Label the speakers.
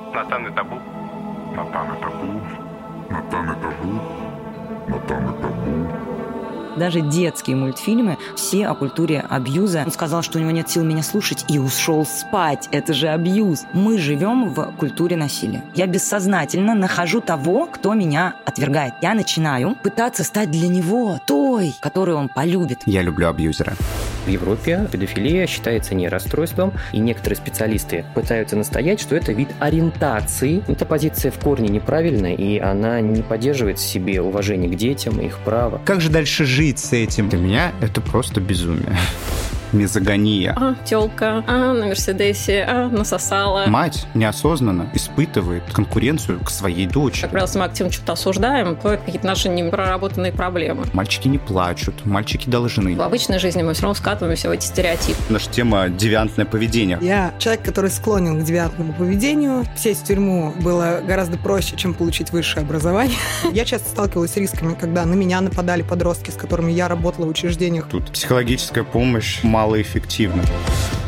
Speaker 1: Натан и Табу.
Speaker 2: Натан и Табу. Натан и Табу. Натан и Табу.
Speaker 3: Даже детские мультфильмы, все о культуре абьюза. Он сказал, что у него нет сил меня слушать, и ушел спать. Это же абьюз. Мы живем в культуре насилия. Я бессознательно нахожу того, кто меня отвергает. Я начинаю пытаться стать для него той, которую он полюбит.
Speaker 4: Я люблю абьюзера.
Speaker 5: В Европе педофилия считается не расстройством, и некоторые специалисты пытаются настоять, что это вид ориентации. Эта позиция в корне неправильная, и она не поддерживает в себе уважение к детям и их права.
Speaker 4: Как же дальше жить с этим? Для меня это просто безумие. Мизогония.
Speaker 6: Тёлка, на Мерседесе, насосала.
Speaker 4: Мать неосознанно испытывает конкуренцию к своей дочери.
Speaker 6: Как правило, если мы активно что-то осуждаем, то это какие-то наши непроработанные проблемы.
Speaker 4: Мальчики не плачут, мальчики должны.
Speaker 6: В обычной жизни мы все равно скатываемся в эти стереотипы.
Speaker 4: Наша тема – девиантное поведение.
Speaker 7: Я человек, который склонен к девиантному поведению. Сесть в тюрьму было гораздо проще, чем получить высшее образование. Я часто сталкивалась с рисками, когда на меня нападали подростки, с которыми я работала в учреждениях.
Speaker 4: Тут психологическая помощь малоэффективна.